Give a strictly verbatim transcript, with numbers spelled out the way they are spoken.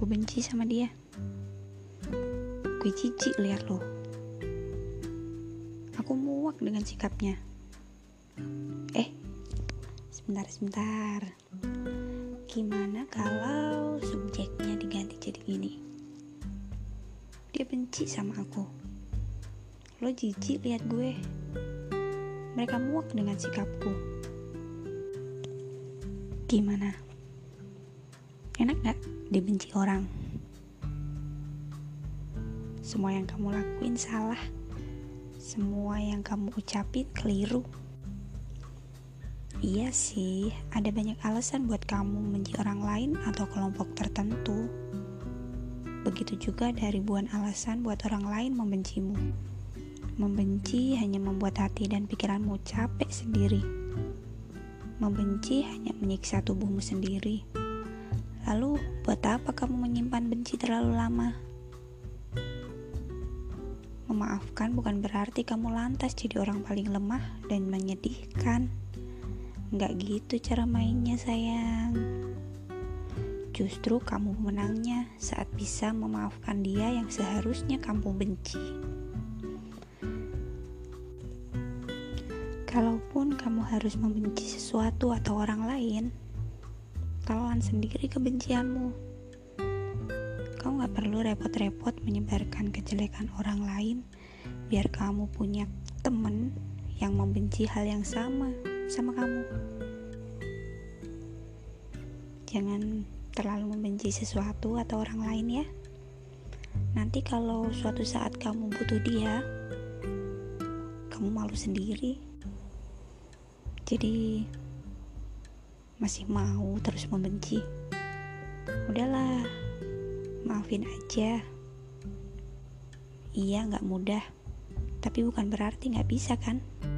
Aku benci sama dia. Gue jijik lihat lo. Aku muak dengan sikapnya. Eh, sebentar-sebentar. Gimana kalau subjeknya diganti jadi gini? Dia benci sama aku. Lo jijik lihat gue. Mereka muak dengan sikapku. Gimana? Enak gak dibenci orang? Semua yang kamu lakuin salah. Semua yang kamu ucapin keliru. Iya sih, ada banyak alasan buat kamu membenci orang lain atau kelompok tertentu. Begitu juga ada ribuan alasan buat orang lain membencimu. Membenci hanya membuat hati dan pikiranmu capek sendiri. Membenci hanya menyiksa tubuhmu sendiri. Lalu, buat apa kamu menyimpan benci terlalu lama? Memaafkan bukan berarti kamu lantas jadi orang paling lemah dan menyedihkan. Nggak gitu cara mainnya, sayang. Justru kamu menangnya saat bisa memaafkan dia yang seharusnya kamu benci. Kalaupun kamu harus membenci sesuatu atau orang lain, telan sendiri kebencianmu. Kau gak perlu repot-repot menyebarkan kejelekan orang lain biar kamu punya temen yang membenci hal yang sama sama kamu. Jangan terlalu membenci sesuatu atau orang lain ya. Nanti kalau suatu saat kamu butuh dia, kamu malu sendiri. Jadi masih mau terus membenci? Udahlah, maafin aja. Iya, gak mudah, tapi bukan berarti gak bisa kan?